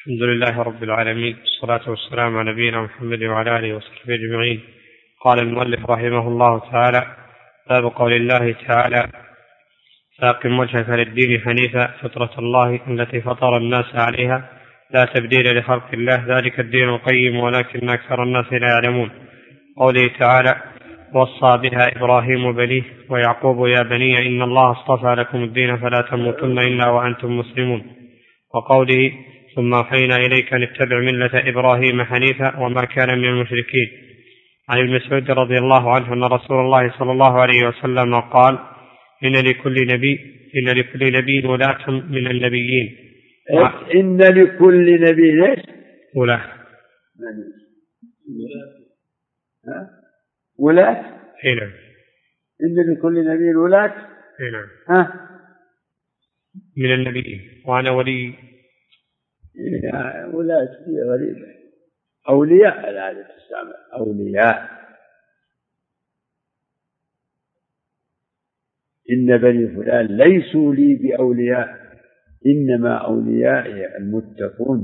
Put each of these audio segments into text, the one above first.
الحمد لله رب العالمين، والصلاة والسلام على نبينا محمد وعلى آله وصحبه أجمعين. قال المؤلف رحمه الله تعالى: باب قول الله تعالى: فأقم وجهك للدين حنيفا فطرة الله التي فطر الناس عليها لا تبديل لخلق الله ذلك الدين القيم ولكن أكثر الناس لا يعلمون. قوله تعالى: وصى بها إبراهيم بنيه ويعقوب يا بني إن الله اصطفى لكم الدين فلا تموتن إلا وأنتم مسلمون. وقوله: ثم أوحينا إليك أن اتبع ملة إبراهيم حنيفا وما كان من المشركين. عن ابن مسعود رضي الله عنه أن رسول الله صلى الله عليه وسلم قال: إن لكل نبي ولاة من النبيين. إن لكل نبي ولاة ولاة هنا. إن لكل نبي ولاة هنا من النبيين وأنا ولي. ولاة غريبة. أولياء العادة تستعمل أولياء. إن بني فلان ليسوا لي بأولياء إنما أوليائي المتقون.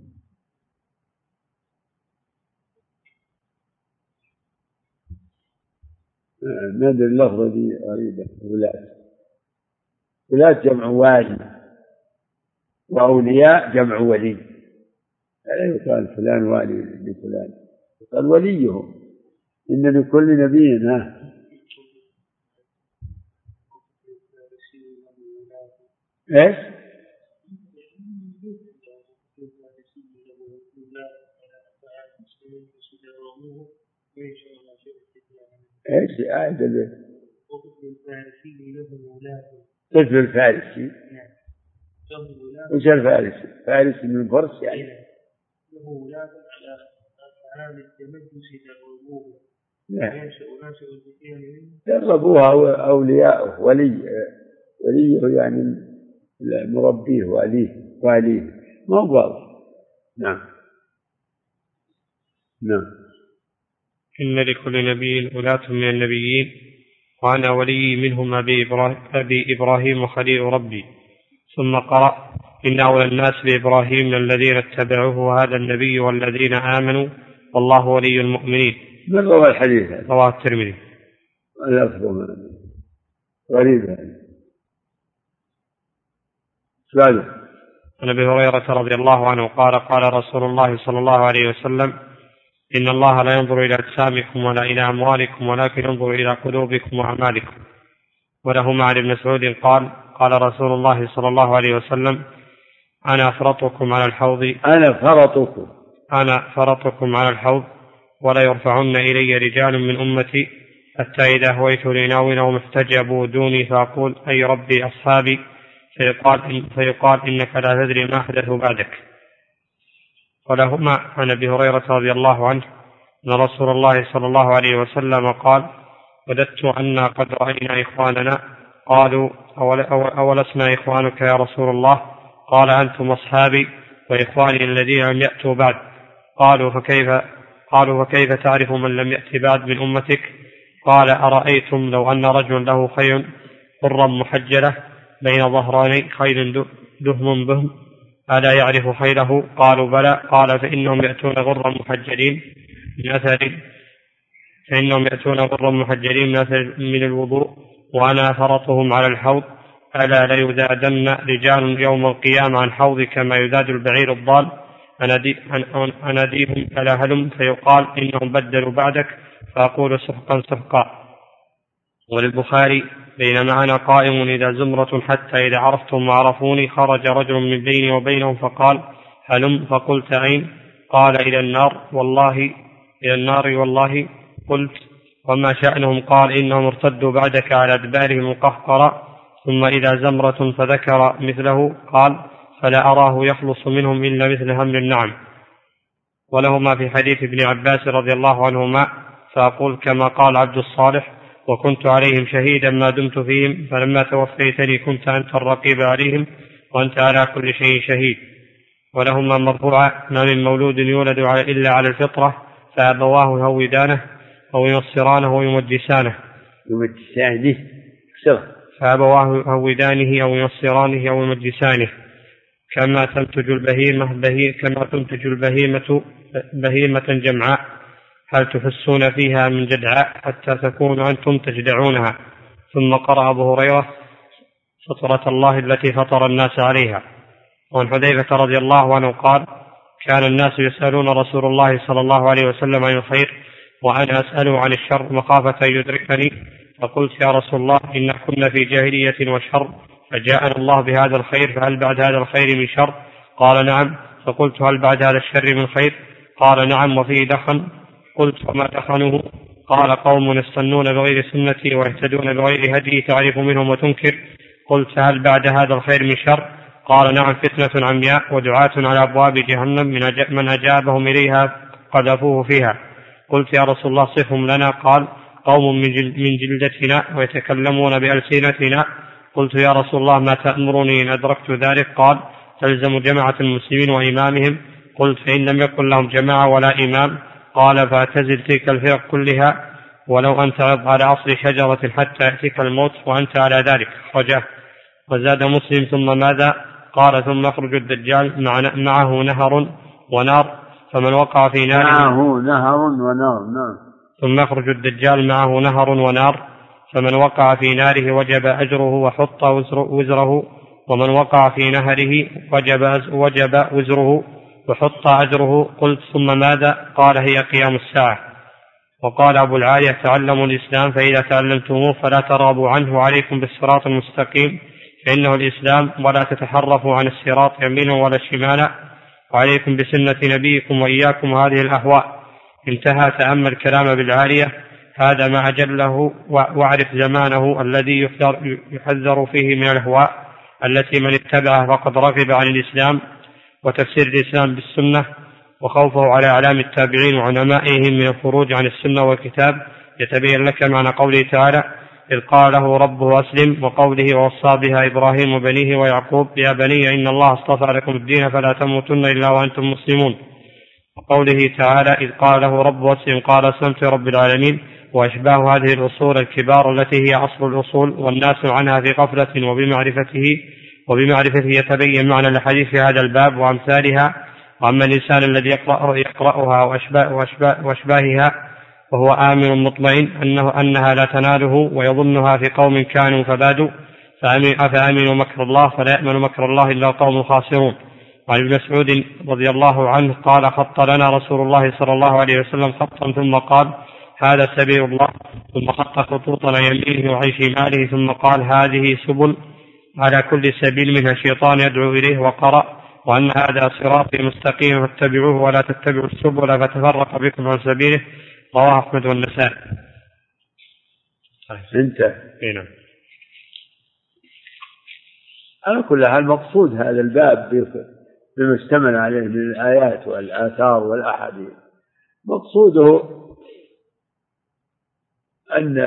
نادر اللفظة دي غريبة. ولاة جمع والي وأولياء جمع ولي. لا يقال فلان والي لفلان، يقال وليهم. إن لكل نبي ايش؟ ايش آية طفل الفارسي. وش الفارسي؟ فارسي من فرس يعني. له ولاة على أفعال التمدس دربوه. دربوها أولياءه وليه يعني مربيه وأليه ما هو واضح. نعم. إن لكل نبي ولاة من النبيين وأنا ولي منهم أبي إبراهيم خليل ربي. ثم قرأ: إن أولى الناس بإبراهيم الذين اتبعوه هذا النبي والذين آمنوا والله ولي المؤمنين. من روى الحديث؟ رواه الترمذي. غريب. سؤال. عن أبي هريرة رضي الله عنه قال: قال رسول الله صلى الله عليه وسلم: إن الله لا ينظر إلى أجسامكم ولا إلى أموالكم ولكن ينظر إلى قلوبكم وأعمالكم. وله عن ابن مسعود قال: قال رسول الله صلى الله عليه وسلم: أنا فرطكم على الحوض ولا يرفعن إلي رجال من أمتي حتى إذا هويت لناوٍ أو محتجبوا دوني فأقول: أي ربي أصحابي، فيقال إنك لا تدري ما أحدث بعدك. ولهما عن أبي هريرة رضي الله عنه أن رسول الله صلى الله عليه وسلم قال: وددت أنا قد رأينا إخواننا. قالوا: أولسنا إخوانك يا رسول الله؟ قال: أنتم أصحابي وإخواني الذين لم يأتوا بعد. قالوا: فكيف تعرف من لم يأت بعد من أمتك؟ قال: أرأيتم لو أن رجل له خيل قرا محجلة بين ظهراني خيل دهم بهم ألا يعرف خيله؟ قالوا: بلى. قال: فإنهم يأتون غرا محجلين من الوضوء وأنا فرطهم على الحوض. ألا ليذادن رجال يوم القيامة عن حوض كما يذاد البعير الضال. أناديهم: ألا هلم؟ فيقال: إنهم بدلوا بعدك. فأقول: سحقا سحقا. وللبخاري: بينما أنا قائم إذا زمرة حتى إذا عرفتم وعرفوني خرج رجل من بيني وبينهم فقال: هلم؟ فقلت: أين؟ قال: إلى النار والله. قلت: وما شأنهم؟ قال: إنهم ارتدوا بعدك على أدبارهم القهقرة. ثم إذا زمرة فذكر مثله قال: فلا أراه يخلص منهم إلا مثل همل النعم. ولهما في حديث ابن عباس رضي الله عنهما: فأقول كما قال عبد الصالح: وكنت عليهم شهيدا ما دمت فيهم، فلما توفيتني كنت أنت الرقيب عليهم وأنت على كل شيء شهيد. ولهما مرفوعا: ما من مولود يولد إلا على الفطرة فأبواه يهودانه أو ينصرانه أو يمجسانه. فأبواه يهودانه أو ينصرانه أو يمجسانه كما تنتج بهيمة جمعاء، هل تحسون فيها من جدعاء حتى تكونوا أنتم تجدعونها؟ ثم قرأ أبو هريرة: فطرة الله التي فطر الناس عليها. وعن حذيفة رضي الله عنه قال: كان الناس يسألون رسول الله صلى الله عليه وسلم عن الخير وأنا أسأله عن الشر مخافة أن يدركني، فقلت: يا رسول الله، إن كنا في جاهلية وشر، فجاءنا الله بهذا الخير، فهل بعد هذا الخير من شر؟ قال: نعم. فقلت: هل بعد هذا الشر من خير؟ قال: نعم، وفيه دخن. قلت: وما دخنه؟ قال: قوم يستنون بغير سنتي ويهتدون بغير هدي، تعرف منهم وتنكر. قلت: هل بعد هذا الخير من شر؟ قال: نعم، فتنة عمياء ودعاة على أبواب جهنم من أجابهم إليها قذفوه فيها. قلت: يا رسول الله، صفهم لنا. قال: قوم من جلدتنا ويتكلمون بألسنتنا. قلت: يا رسول الله، ما تأمرني إن أدركت ذلك؟ قال: تلزم جماعة المسلمين وإمامهم. قلت: فإن لم يكن لهم جماعة ولا إمام؟ قال: فاعتزل تلك الفرق كلها، ولو أن تعض على أصل شجرة حتى يأتيك الموت وأنت على ذلك. رجاه. وزاد مسلم: ثم ماذا؟ قال: ثم يخرج الدجال معه نهر ونار، فمن وقع في ناره معه نهر ونار. نعم. ثم يخرج الدجال معه نهر ونار، فمن وقع في ناره وجب أجره وحط وزره، ومن وقع في نهره وجب وزره وحط أجره. قلت: ثم ماذا؟ قال: هي قيام الساعة. وقال أبو العالية: تعلموا الإسلام، فإذا تعلمتموه فلا ترغبوا عنه، عليكم بالصراط المستقيم، فإنه الإسلام، ولا تتحرفوا عن الصراط يمينا ولا شمالا، وعليكم بسنة نبيكم وإياكم هذه الأهواء. انتهى. تأمل كلام بالعالية، هذا ما أجله، واعرف زمانه الذي يحذر فيه من الأهواء التي من اتبعه فقد رغب عن الإسلام وتفسير الإسلام بالسنة، وخوفه على أعلام التابعين وعلمائهم من الخروج عن السنة والكتاب. يتبين لك معنى قوله تعالى: إذ قال له ربه أسلم، وقوله: ووصى بها إبراهيم وبنيه ويعقوب يا بني إن الله اصطفى لكم الدين فلا تموتن إلا وأنتم مسلمون. وقوله تعالى: إذ قال له ربه أسلم قال أسلمت رب العالمين. وأشباه هذه الأصول الكبار التي هي أصل الأصول والناس عنها في غفلة، وبمعرفته يتبين معنى الحديث في هذا الباب وأمثالها. وأما الإنسان الذي يقرأها وأشباهها وهو آمن مطمئن أنها لا تناله ويظنها في قوم كانوا فبادوا، فأمنوا مكر الله، فلا يأمن مكر الله إلا القوم الخاسرون. وعن ابن مسعود رضي الله عنه قال: خط لنا رسول الله صلى الله عليه وسلم خطا، ثم قال: هذا سبيل الله، ثم خط خطوطا عن يمينه وعن شماله، ثم قال: هذه سبل، على كل سبيل منها شيطان يدعو إليه. وقرأ: وأن هذا صراطي مستقيم فاتبعوه ولا تتبعوا السبل فتفرق بكم عن سبيله. رواه أحمد والنسائي. انت نعم. على كل حال مقصود هذا الباب بما اشتمل عليه من الآيات والآثار والأحاديث، مقصوده أن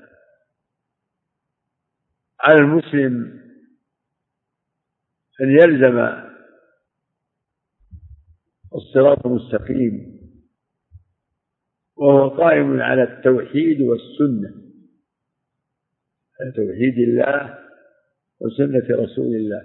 على المسلم أن يلزم الصراط المستقيم، وهو قائم على التوحيد والسنة، توحيد الله وسنة رسول الله.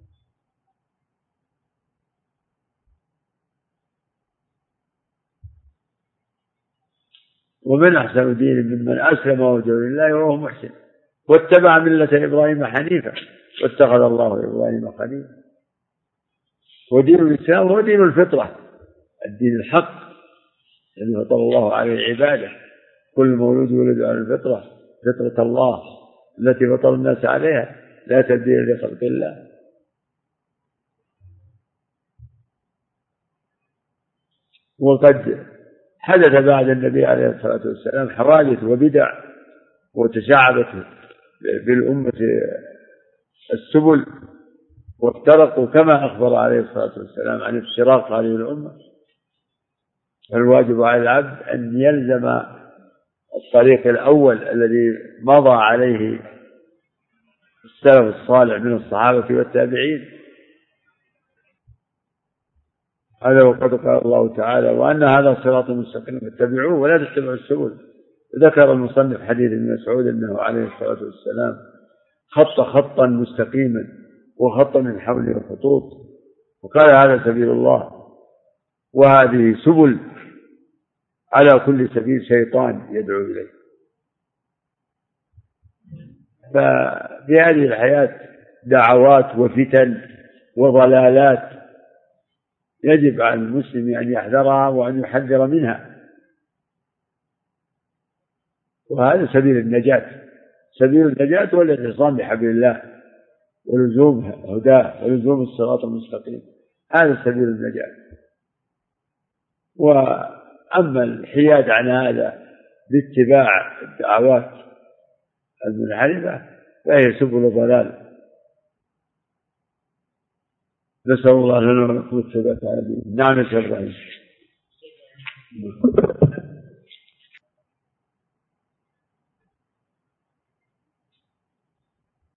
ومن أحسن دين ممن أسلم وجهه لله وهو محسن واتبع ملة إبراهيم حنيفا واتخذ الله إبراهيم خليلا. ودين الإسلام هو دين الفطرة، الدين الحق الذي فطر الله عليه عباده، كل مولود يولد على الفطرة، فطرة الله التي فطر الناس عليها، لا تبديل لخلق الله. وقد حدث بعد النبي عليه الصلاة والسلام حوادث وبدع وتشعبت بالأمة السبل وافترقوا، كما أخبر عليه الصلاة والسلام عن افتراق هذه الأمة. فالواجب على العبد أن يلزم الطريق الأول الذي مضى عليه السلف الصالح من الصحابة والتابعين. هذا وقد قال الله تعالى: وأن هذا صراط مستقيم فاتبعوه ولا تتبعوا السبل. ذكر المصنف حديث ابن مسعود أنه عليه الصلاة والسلام خط خطا مستقيما وخط من حوله خطوط وقال هذا سبيل الله، وهذه سبل، على كل سبيل شيطان يدعو إليه. ففي هذه الحياة دعوات وفتن وضلالات يجب على المسلم أن يحذرها وأن يحذر منها، وهذا سبيل النجاة. سبيل النجاة هو الاعتصام بحبل الله ولزوم هداه ولزوم الصراط المستقيم، هذا سبيل النجاة. وأما الحياد عن هذا باتباع الدعوات المنحرفة فهي سبل ضلال. نسأل الله لنا ولكم الثبات على دينه. نعم يا شيخ إبراهيم.